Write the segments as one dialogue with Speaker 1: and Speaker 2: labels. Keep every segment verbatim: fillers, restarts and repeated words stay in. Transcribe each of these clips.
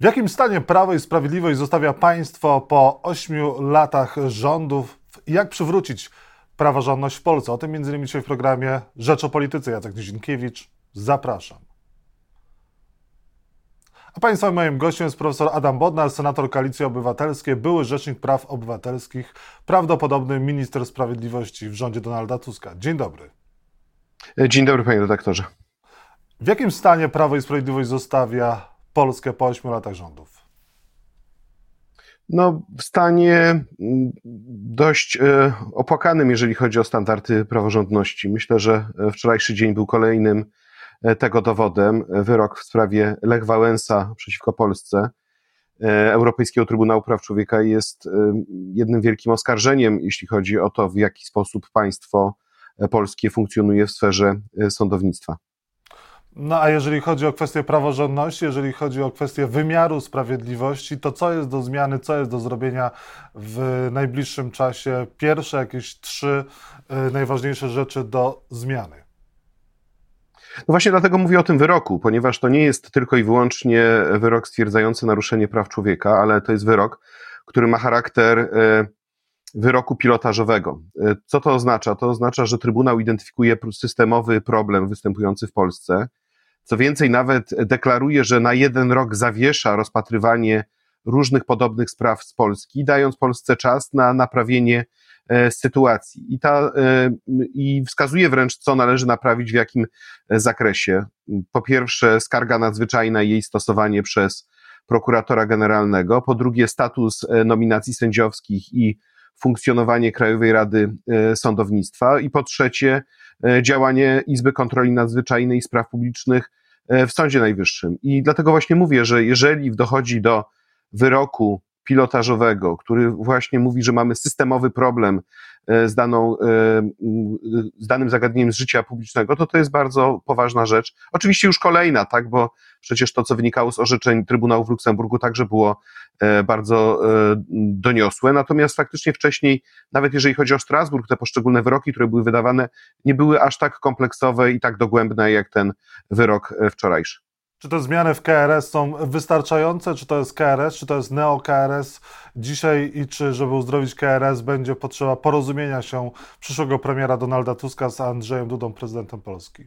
Speaker 1: W jakim stanie Prawo i Sprawiedliwość zostawia państwo po ośmiu latach rządów i jak przywrócić praworządność w Polsce? O tym między innymi dzisiaj w programie Rzecz o Polityce. Jacek Nizinkiewicz, zapraszam. A państwa moim gościem jest profesor Adam Bodnar, senator Koalicji Obywatelskiej, były rzecznik praw obywatelskich, prawdopodobny minister sprawiedliwości w rządzie Donalda Tuska. Dzień dobry.
Speaker 2: Dzień dobry, panie redaktorze.
Speaker 1: W jakim stanie Prawo i Sprawiedliwość zostawia Polskę po ośmiu latach rządów?
Speaker 2: No, w stanie dość e, opłakanym, jeżeli chodzi o standardy praworządności. Myślę, że wczorajszy dzień był kolejnym tego dowodem. Wyrok w sprawie Lech Wałęsa przeciwko Polsce e, Europejskiego Trybunału Praw Człowieka jest e, jednym wielkim oskarżeniem, jeśli chodzi o to, w jaki sposób państwo polskie funkcjonuje w sferze sądownictwa.
Speaker 1: No a jeżeli chodzi o kwestię praworządności, jeżeli chodzi o kwestię wymiaru sprawiedliwości, to co jest do zmiany, co jest do zrobienia w najbliższym czasie? Pierwsze jakieś trzy y, najważniejsze rzeczy do zmiany.
Speaker 2: No właśnie dlatego mówię o tym wyroku, ponieważ to nie jest tylko i wyłącznie wyrok stwierdzający naruszenie praw człowieka, ale to jest wyrok, który ma charakter y, wyroku pilotażowego. Co to oznacza? To oznacza, że Trybunał identyfikuje systemowy problem występujący w Polsce. Co więcej, nawet deklaruje, że na jeden rok zawiesza rozpatrywanie różnych podobnych spraw z Polski, dając Polsce czas na naprawienie e, sytuacji. I, ta, e, I wskazuje wręcz, co należy naprawić, w jakim zakresie. Po pierwsze, skarga nadzwyczajna i jej stosowanie przez prokuratora generalnego. Po drugie, status nominacji sędziowskich i funkcjonowanie Krajowej Rady Sądownictwa i po trzecie działanie Izby Kontroli Nadzwyczajnej i Spraw Publicznych w Sądzie Najwyższym. I dlatego właśnie mówię, że jeżeli dochodzi do wyroku pilotażowego, który właśnie mówi, że mamy systemowy problem z, daną, z danym zagadnieniem z życia publicznego, to to jest bardzo poważna rzecz. Oczywiście już kolejna, tak, bo przecież to, co wynikało z orzeczeń Trybunału w Luksemburgu, także było bardzo doniosłe. Natomiast faktycznie wcześniej, nawet jeżeli chodzi o Strasburg, te poszczególne wyroki, które były wydawane, nie były aż tak kompleksowe i tak dogłębne, jak ten wyrok wczorajszy.
Speaker 1: Czy te zmiany w K R S są wystarczające? Czy to jest K R S, czy to jest neo-K R S dzisiaj i czy, żeby uzdrowić K R S, będzie potrzeba porozumienia się przyszłego premiera Donalda Tuska z Andrzejem Dudą, prezydentem Polski?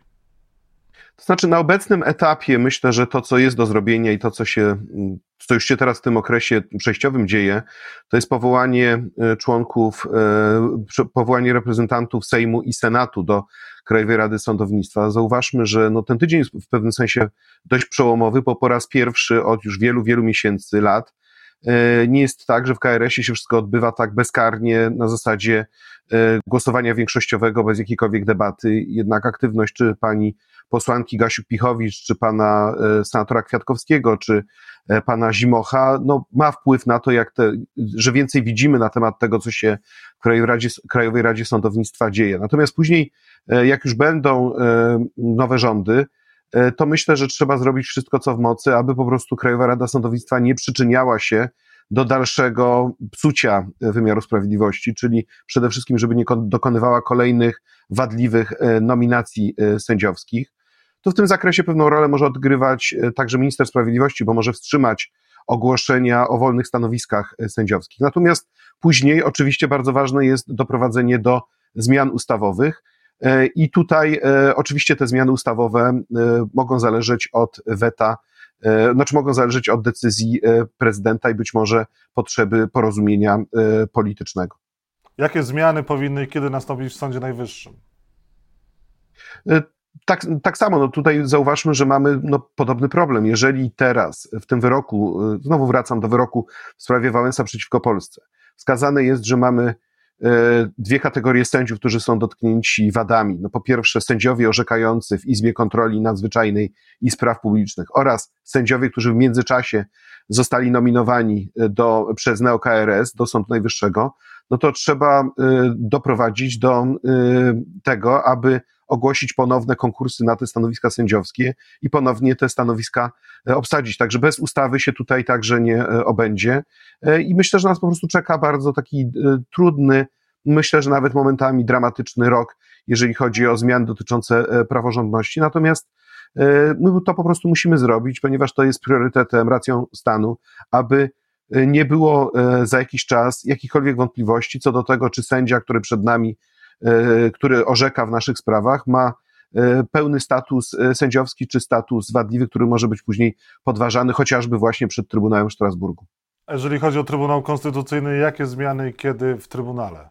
Speaker 2: To znaczy na obecnym etapie myślę, że to, co jest do zrobienia i to, co się, co już się teraz w tym okresie przejściowym dzieje, to jest powołanie członków, powołanie reprezentantów Sejmu i Senatu do Krajowej Rady Sądownictwa. Zauważmy, że no ten tydzień jest w pewnym sensie dość przełomowy, bo po raz pierwszy od już wielu, wielu miesięcy, lat nie jest tak, że w K R S ie się wszystko odbywa tak bezkarnie na zasadzie głosowania większościowego bez jakiejkolwiek debaty. Jednak aktywność czy pani posłanki Gasiuk-Pichowicz, czy pana senatora Kwiatkowskiego, czy pana Zimocha, no ma wpływ na to, jak te, że więcej widzimy na temat tego, co się w Krajowej Radzie, Krajowej Radzie Sądownictwa dzieje. Natomiast później, jak już będą nowe rządy, to myślę, że trzeba zrobić wszystko, co w mocy, aby po prostu Krajowa Rada Sądownictwa nie przyczyniała się do dalszego psucia wymiaru sprawiedliwości, czyli przede wszystkim, żeby nie dokonywała kolejnych wadliwych nominacji sędziowskich. To w tym zakresie pewną rolę może odgrywać także minister sprawiedliwości, bo może wstrzymać ogłoszenia o wolnych stanowiskach sędziowskich. Natomiast później oczywiście bardzo ważne jest doprowadzenie do zmian ustawowych i tutaj oczywiście te zmiany ustawowe mogą zależeć od weta, znaczy mogą zależeć od decyzji prezydenta i być może potrzeby porozumienia politycznego.
Speaker 1: Jakie zmiany powinny i kiedy nastąpić w Sądzie Najwyższym?
Speaker 2: Tak, tak samo, no tutaj zauważmy, że mamy no, podobny problem. Jeżeli teraz w tym wyroku, znowu wracam do wyroku w sprawie Wałęsa przeciwko Polsce, wskazane jest, że mamy e, dwie kategorie sędziów, którzy są dotknięci wadami. No po pierwsze sędziowie orzekający w Izbie Kontroli Nadzwyczajnej i Spraw Publicznych oraz sędziowie, którzy w międzyczasie zostali nominowani do, przez neo-K R S do Sądu Najwyższego, no to trzeba y, doprowadzić do y, tego, aby ogłosić ponowne konkursy na te stanowiska sędziowskie i ponownie te stanowiska obsadzić. Także bez ustawy się tutaj także nie obędzie. I myślę, że nas po prostu czeka bardzo taki trudny, myślę, że nawet momentami dramatyczny rok, jeżeli chodzi o zmiany dotyczące praworządności. Natomiast my to po prostu musimy zrobić, ponieważ to jest priorytetem, racją stanu, aby nie było za jakiś czas jakichkolwiek wątpliwości co do tego, czy sędzia, który przed nami, który orzeka w naszych sprawach, ma pełny status sędziowski, czy status wadliwy, który może być później podważany chociażby właśnie przed Trybunałem w Strasburgu.
Speaker 1: Jeżeli chodzi o Trybunał Konstytucyjny, jakie zmiany i kiedy w Trybunale?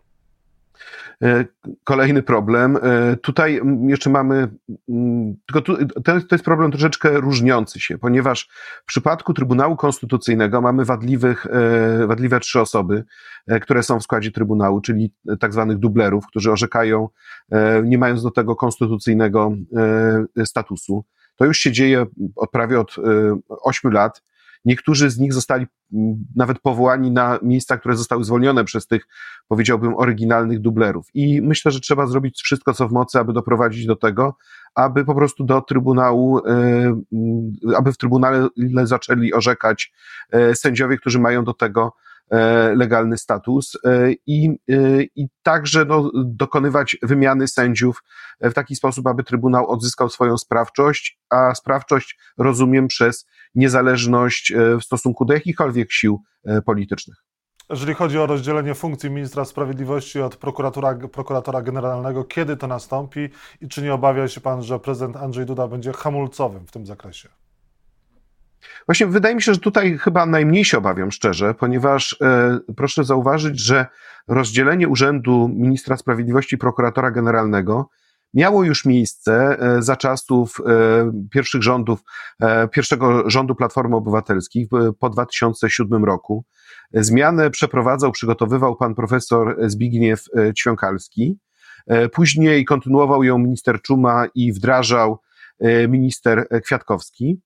Speaker 2: Kolejny problem. Tutaj jeszcze mamy, tylko tu, to jest problem troszeczkę różniący się, ponieważ w przypadku Trybunału Konstytucyjnego mamy wadliwych, wadliwe trzy osoby, które są w składzie Trybunału, czyli tak zwanych dublerów, którzy orzekają, nie mając do tego konstytucyjnego statusu. To już się dzieje od prawie od ośmiu lat. Niektórzy z nich zostali nawet powołani na miejsca, które zostały zwolnione przez tych, powiedziałbym, oryginalnych dublerów. I myślę, że trzeba zrobić wszystko, co w mocy, aby doprowadzić do tego, aby po prostu do Trybunału, aby w Trybunale zaczęli orzekać sędziowie, którzy mają do tego legalny status i, i także no, dokonywać wymiany sędziów w taki sposób, aby Trybunał odzyskał swoją sprawczość, a sprawczość rozumiem przez niezależność w stosunku do jakichkolwiek sił politycznych.
Speaker 1: Jeżeli chodzi o rozdzielenie funkcji ministra sprawiedliwości od prokuratora, prokuratora generalnego, kiedy to nastąpi i czy nie obawia się pan, że prezydent Andrzej Duda będzie hamulcowym w tym zakresie?
Speaker 2: Właśnie wydaje mi się, że tutaj chyba najmniej się obawiam szczerze, ponieważ e, proszę zauważyć, że rozdzielenie urzędu ministra sprawiedliwości i prokuratora generalnego miało już miejsce e, za czasów e, pierwszych rządów, e, pierwszego rządu Platformy Obywatelskiej po dwa tysiące siódmym roku. Zmianę przeprowadzał, przygotowywał pan profesor Zbigniew Ćwiąkalski. E, później kontynuował ją minister Czuma i wdrażał e, minister Kwiatkowski.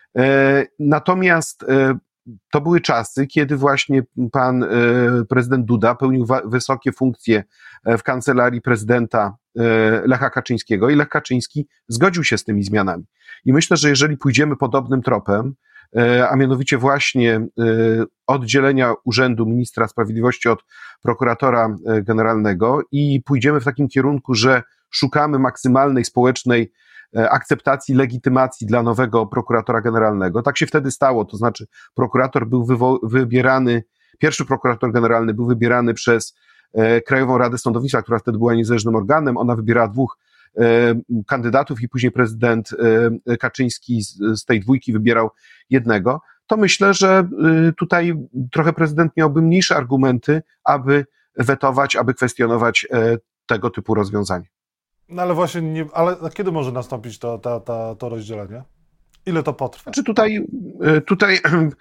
Speaker 2: Natomiast to były czasy, kiedy właśnie pan prezydent Duda pełnił wysokie funkcje w kancelarii prezydenta Lecha Kaczyńskiego i Lech Kaczyński zgodził się z tymi zmianami. I myślę, że jeżeli pójdziemy podobnym tropem, a mianowicie właśnie oddzielenia urzędu ministra sprawiedliwości od prokuratora generalnego i pójdziemy w takim kierunku, że szukamy maksymalnej społecznej akceptacji, legitymacji dla nowego prokuratora generalnego. Tak się wtedy stało, to znaczy prokurator był wywo- wybierany, pierwszy prokurator generalny był wybierany przez e, Krajową Radę Sądownictwa, która wtedy była niezależnym organem, ona wybierała dwóch e, kandydatów i później prezydent e, Kaczyński z, z tej dwójki wybierał jednego. To myślę, że e, tutaj trochę prezydent miałby mniejsze argumenty, aby wetować, aby kwestionować e, tego typu rozwiązanie.
Speaker 1: No ale właśnie, nie, ale kiedy może nastąpić to, to, to, to rozdzielenie? Ile to potrwa?
Speaker 2: Znaczy tutaj, tutaj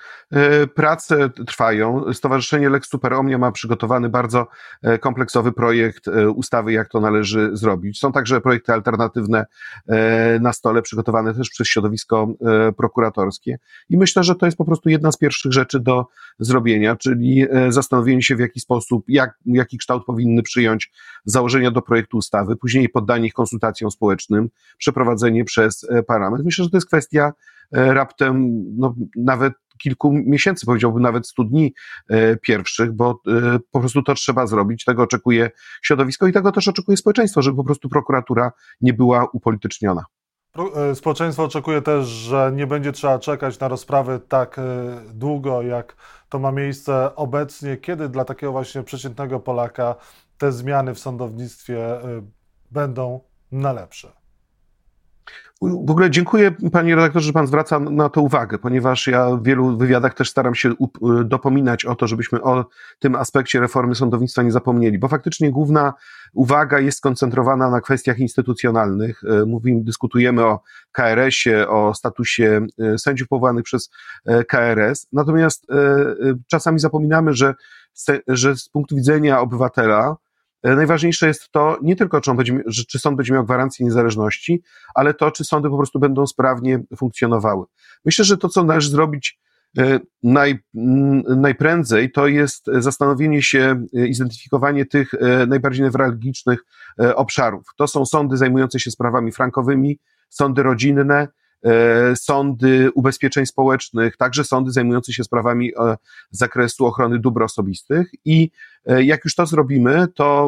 Speaker 2: prace trwają. Stowarzyszenie Lex Super Omnia ma przygotowany bardzo kompleksowy projekt ustawy, jak to należy zrobić. Są także projekty alternatywne na stole, przygotowane też przez środowisko prokuratorskie. I myślę, że to jest po prostu jedna z pierwszych rzeczy do zrobienia, czyli zastanowienie się, w jaki sposób, jak, jaki kształt powinny przyjąć założenia do projektu ustawy, później poddanie ich konsultacjom społecznym, przeprowadzenie przez parlament. Myślę, że to jest kwestia raptem no, nawet kilku miesięcy, powiedziałbym nawet stu dni e, pierwszych, bo e, po prostu to trzeba zrobić, tego oczekuje środowisko i tego też oczekuje społeczeństwo, żeby po prostu prokuratura nie była upolityczniona.
Speaker 1: Społeczeństwo oczekuje też, że nie będzie trzeba czekać na rozprawy tak długo, jak to ma miejsce obecnie, kiedy dla takiego właśnie przeciętnego Polaka te zmiany w sądownictwie będą na lepsze.
Speaker 2: W ogóle dziękuję, panie redaktorze, że pan zwraca na to uwagę, ponieważ ja w wielu wywiadach też staram się dopominać o to, żebyśmy o tym aspekcie reformy sądownictwa nie zapomnieli, bo faktycznie główna uwaga jest skoncentrowana na kwestiach instytucjonalnych. Mówimy, dyskutujemy o K R S-ie, o statusie sędziów powołanych przez K R S, natomiast czasami zapominamy, że, że z punktu widzenia obywatela najważniejsze jest to nie tylko, czy, on będzie, czy sąd będzie miał gwarancję niezależności, ale to, czy sądy po prostu będą sprawnie funkcjonowały. Myślę, że to, co należy zrobić naj, najprędzej, to jest zastanowienie się, identyfikowanie tych najbardziej newralgicznych obszarów. To są sądy zajmujące się sprawami frankowymi, sądy rodzinne, sądy ubezpieczeń społecznych, także sądy zajmujące się sprawami z zakresu ochrony dóbr osobistych i jak już to zrobimy, to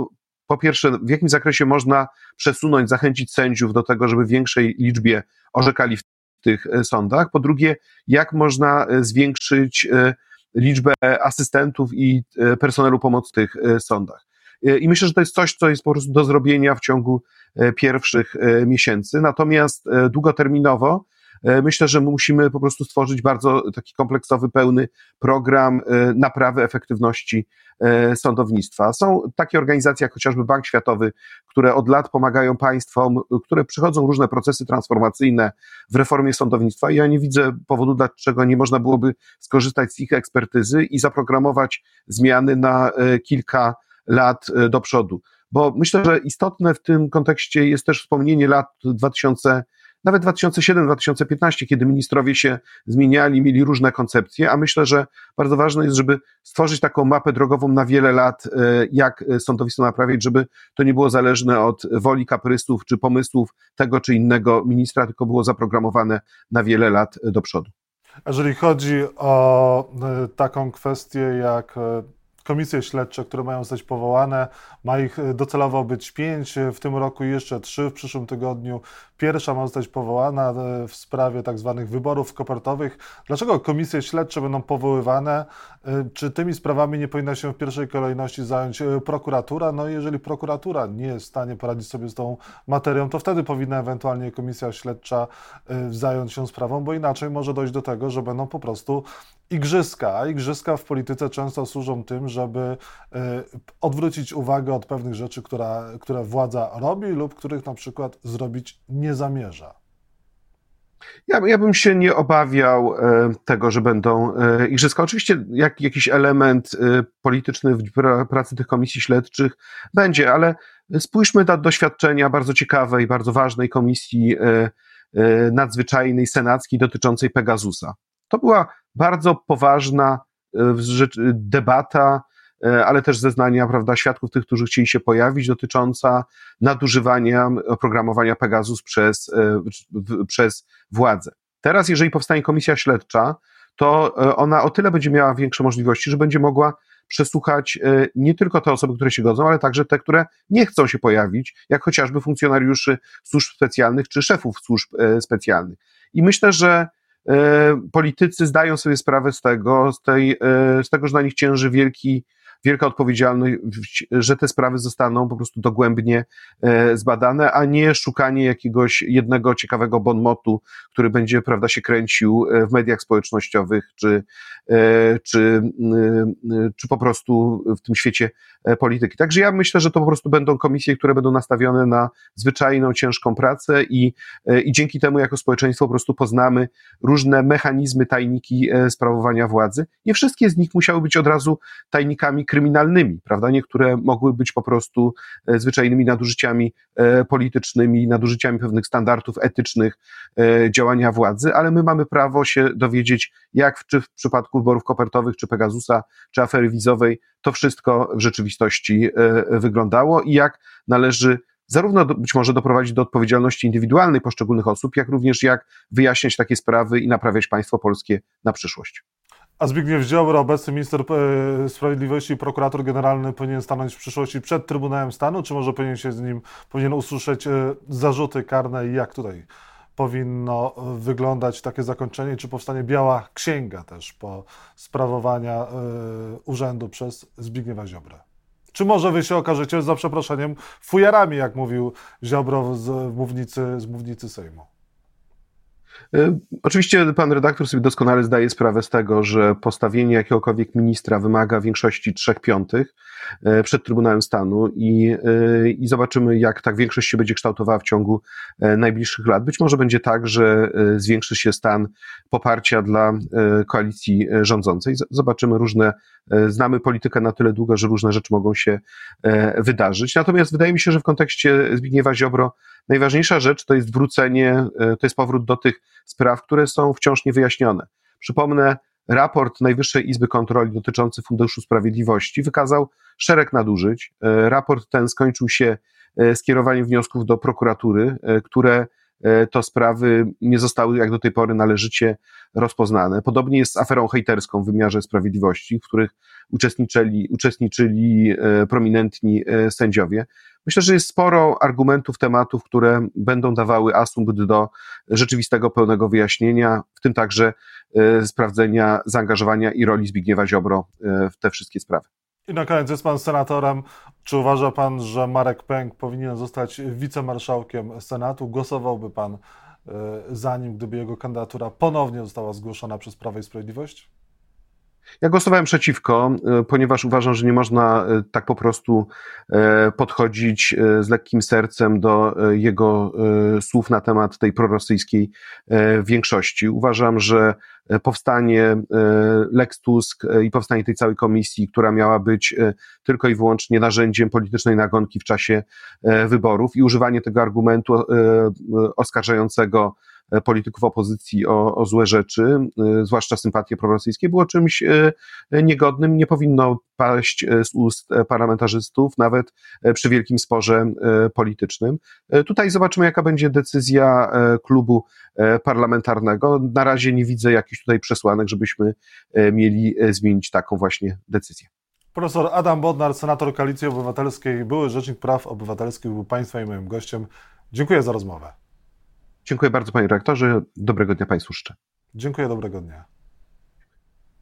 Speaker 2: po pierwsze, w jakim zakresie można przesunąć, zachęcić sędziów do tego, żeby w większej liczbie orzekali w tych sądach. Po drugie, jak można zwiększyć liczbę asystentów i personelu pomocy w tych sądach. I myślę, że to jest coś, co jest po prostu do zrobienia w ciągu pierwszych miesięcy. Natomiast długoterminowo myślę, że musimy po prostu stworzyć bardzo taki kompleksowy, pełny program naprawy efektywności sądownictwa. Są takie organizacje jak chociażby Bank Światowy, które od lat pomagają państwom, które przechodzą różne procesy transformacyjne w reformie sądownictwa i ja nie widzę powodu, dlaczego nie można byłoby skorzystać z ich ekspertyzy i zaprogramować zmiany na kilka lat do przodu. Bo myślę, że istotne w tym kontekście jest też wspomnienie lat dwa tysiące, nawet dwa tysiące siódmy do dwa tysiące piętnastego, kiedy ministrowie się zmieniali, mieli różne koncepcje, a myślę, że bardzo ważne jest, żeby stworzyć taką mapę drogową na wiele lat, jak sądownictwo naprawić, żeby to nie było zależne od woli, kaprysów czy pomysłów tego czy innego ministra, tylko było zaprogramowane na wiele lat do przodu.
Speaker 1: Jeżeli chodzi o taką kwestię jak komisje śledcze, które mają zostać powołane, ma ich docelowo być pięć, w tym roku jeszcze trzy, w przyszłym tygodniu pierwsza ma zostać powołana w sprawie tak zwanych wyborów kopertowych. Dlaczego komisje śledcze będą powoływane? Czy tymi sprawami nie powinna się w pierwszej kolejności zająć prokuratura? No i jeżeli prokuratura nie jest w stanie poradzić sobie z tą materią, to wtedy powinna ewentualnie komisja śledcza zająć się sprawą, bo inaczej może dojść do tego, że będą po prostu igrzyska, a igrzyska w polityce często służą tym, żeby odwrócić uwagę od pewnych rzeczy, która, które władza robi lub których na przykład zrobić nie zamierza.
Speaker 2: Ja, ja bym się nie obawiał e, tego, że będą e, igrzyska. Oczywiście jak, jakiś element e, polityczny w pra, pracy tych komisji śledczych będzie, ale spójrzmy na doświadczenia bardzo ciekawej, bardzo ważnej komisji e, e, nadzwyczajnej, senackiej dotyczącej Pegasusa. To była bardzo poważna e, rzecz, debata, ale też zeznania, prawda, świadków, tych, którzy chcieli się pojawić, dotycząca nadużywania oprogramowania Pegasus przez, przez władzę. Teraz, jeżeli powstanie komisja śledcza, to ona o tyle będzie miała większe możliwości, że będzie mogła przesłuchać nie tylko te osoby, które się godzą, ale także te, które nie chcą się pojawić, jak chociażby funkcjonariuszy służb specjalnych czy szefów służb specjalnych. I myślę, że politycy zdają sobie sprawę z tego, z, tej, z tego, że na nich cięży wielki wielka odpowiedzialność, że te sprawy zostaną po prostu dogłębnie zbadane, a nie szukanie jakiegoś jednego ciekawego bonmotu, który będzie, prawda, się kręcił w mediach społecznościowych, czy, czy, czy po prostu w tym świecie polityki. Także ja myślę, że to po prostu będą komisje, które będą nastawione na zwyczajną, ciężką pracę i, i dzięki temu jako społeczeństwo po prostu poznamy różne mechanizmy, tajniki sprawowania władzy. Nie wszystkie z nich musiały być od razu tajnikami kryminalnymi, prawda? Niektóre mogły być po prostu zwyczajnymi nadużyciami politycznymi, nadużyciami pewnych standardów etycznych działania władzy, ale my mamy prawo się dowiedzieć, jak w, czy w przypadku wyborów kopertowych, czy Pegasusa, czy afery wizowej, to wszystko w rzeczywistości wyglądało i jak należy zarówno do, być może doprowadzić do odpowiedzialności indywidualnej poszczególnych osób, jak również jak wyjaśniać takie sprawy i naprawiać państwo polskie na przyszłość.
Speaker 1: A Zbigniew Ziobro, obecny minister sprawiedliwości i prokurator generalny, powinien stanąć w przyszłości przed Trybunałem Stanu, czy może powinien się z nim, powinien usłyszeć zarzuty karne i jak tutaj powinno wyglądać takie zakończenie, czy powstanie biała księga też po sprawowaniu urzędu przez Zbigniewa Ziobrę? Czy może wy się okażecie, za przeproszeniem, fujarami, jak mówił Ziobro z mównicy, z mównicy Sejmu?
Speaker 2: Oczywiście pan redaktor sobie doskonale zdaje sprawę z tego, że postawienie jakiegokolwiek ministra wymaga większości trzech piątych przed Trybunałem Stanu i, i zobaczymy, jak ta większość się będzie kształtowała w ciągu najbliższych lat. Być może będzie tak, że zwiększy się stan poparcia dla koalicji rządzącej. Zobaczymy różne, znamy politykę na tyle długo, że różne rzeczy mogą się wydarzyć. Natomiast wydaje mi się, że w kontekście Zbigniewa Ziobro najważniejsza rzecz to jest wrócenie, to jest powrót do tych spraw, które są wciąż niewyjaśnione. Przypomnę, raport Najwyższej Izby Kontroli dotyczący Funduszu Sprawiedliwości wykazał szereg nadużyć. Raport ten skończył się skierowaniem wniosków do prokuratury, które to sprawy nie zostały jak do tej pory należycie rozpoznane. Podobnie jest z aferą hejterską w wymiarze sprawiedliwości, w których uczestniczyli, uczestniczyli prominentni sędziowie. Myślę, że jest sporo argumentów, tematów, które będą dawały asumpt do rzeczywistego, pełnego wyjaśnienia, w tym także sprawdzenia zaangażowania i roli Zbigniewa Ziobro w te wszystkie sprawy.
Speaker 1: I na koniec, jest pan senatorem. Czy uważa pan, że Marek Pęk powinien zostać wicemarszałkiem Senatu? Głosowałby pan za nim, gdyby jego kandydatura ponownie została zgłoszona przez Prawo i Sprawiedliwość?
Speaker 2: Ja głosowałem przeciwko, ponieważ uważam, że nie można tak po prostu podchodzić z lekkim sercem do jego słów na temat tej prorosyjskiej większości. Uważam, że powstanie Lex Tusk i powstanie tej całej komisji, która miała być tylko i wyłącznie narzędziem politycznej nagonki w czasie wyborów i używanie tego argumentu oskarżającego polityków opozycji o, o złe rzeczy, zwłaszcza sympatie prorosyjskie, było czymś niegodnym, nie powinno paść z ust parlamentarzystów, nawet przy wielkim sporze politycznym. Tutaj zobaczymy, jaka będzie decyzja klubu parlamentarnego. Na razie nie widzę jakichś tutaj przesłanek, żebyśmy mieli zmienić taką właśnie decyzję.
Speaker 1: Profesor Adam Bodnar, senator Koalicji Obywatelskiej, były rzecznik praw obywatelskich, był państwa i moim gościem. Dziękuję za rozmowę.
Speaker 2: Dziękuję bardzo, panie redaktorze. Dobrego dnia państwu życzę.
Speaker 1: Dziękuję, dobrego dnia.